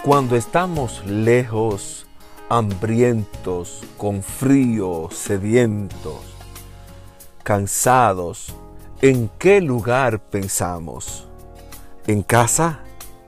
Cuando estamos lejos, hambrientos, con frío, sedientos, cansados, ¿en qué lugar pensamos? ¿En casa?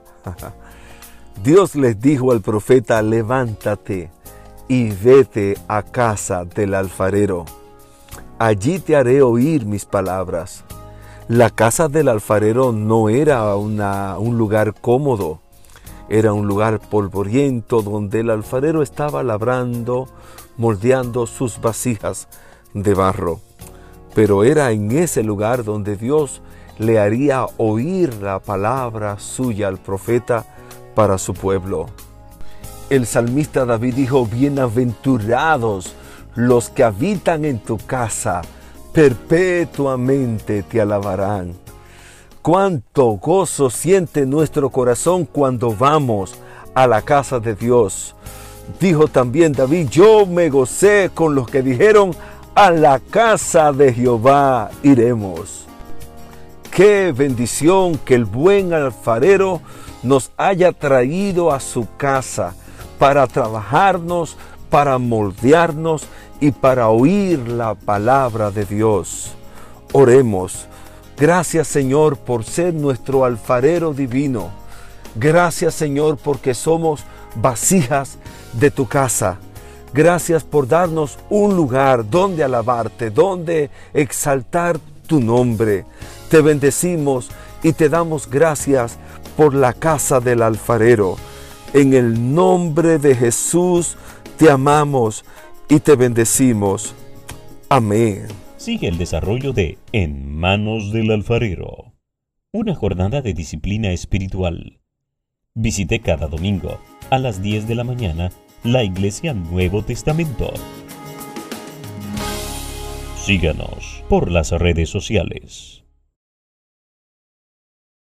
Dios les dijo al profeta: levántate y vete a casa del alfarero. Allí te haré oír mis palabras. La casa del alfarero no era un lugar cómodo. Era un lugar polvoriento donde el alfarero estaba labrando, moldeando sus vasijas de barro. Pero era en ese lugar donde Dios le haría oír la palabra suya al profeta para su pueblo. El salmista David dijo: bienaventurados los que habitan en tu casa, perpetuamente te alabarán. Cuánto gozo siente nuestro corazón cuando vamos a la casa de Dios. Dijo también David: yo me gocé con los que dijeron: a la casa de Jehová iremos. Qué bendición que el buen alfarero nos haya traído a su casa para trabajarnos, para moldearnos y para oír la palabra de Dios. Oremos. Gracias, Señor, por ser nuestro alfarero divino. Gracias, Señor, porque somos vasijas de tu casa. Gracias por darnos un lugar donde alabarte, donde exaltar tu nombre. Te bendecimos y te damos gracias por la casa del alfarero. En el nombre de Jesús te amamos y te bendecimos. Amén. Sigue el desarrollo de En manos del alfarero, una jornada de disciplina espiritual. Visite cada domingo a las 10 de la mañana la Iglesia Nuevo Testamento. Síganos por las redes sociales.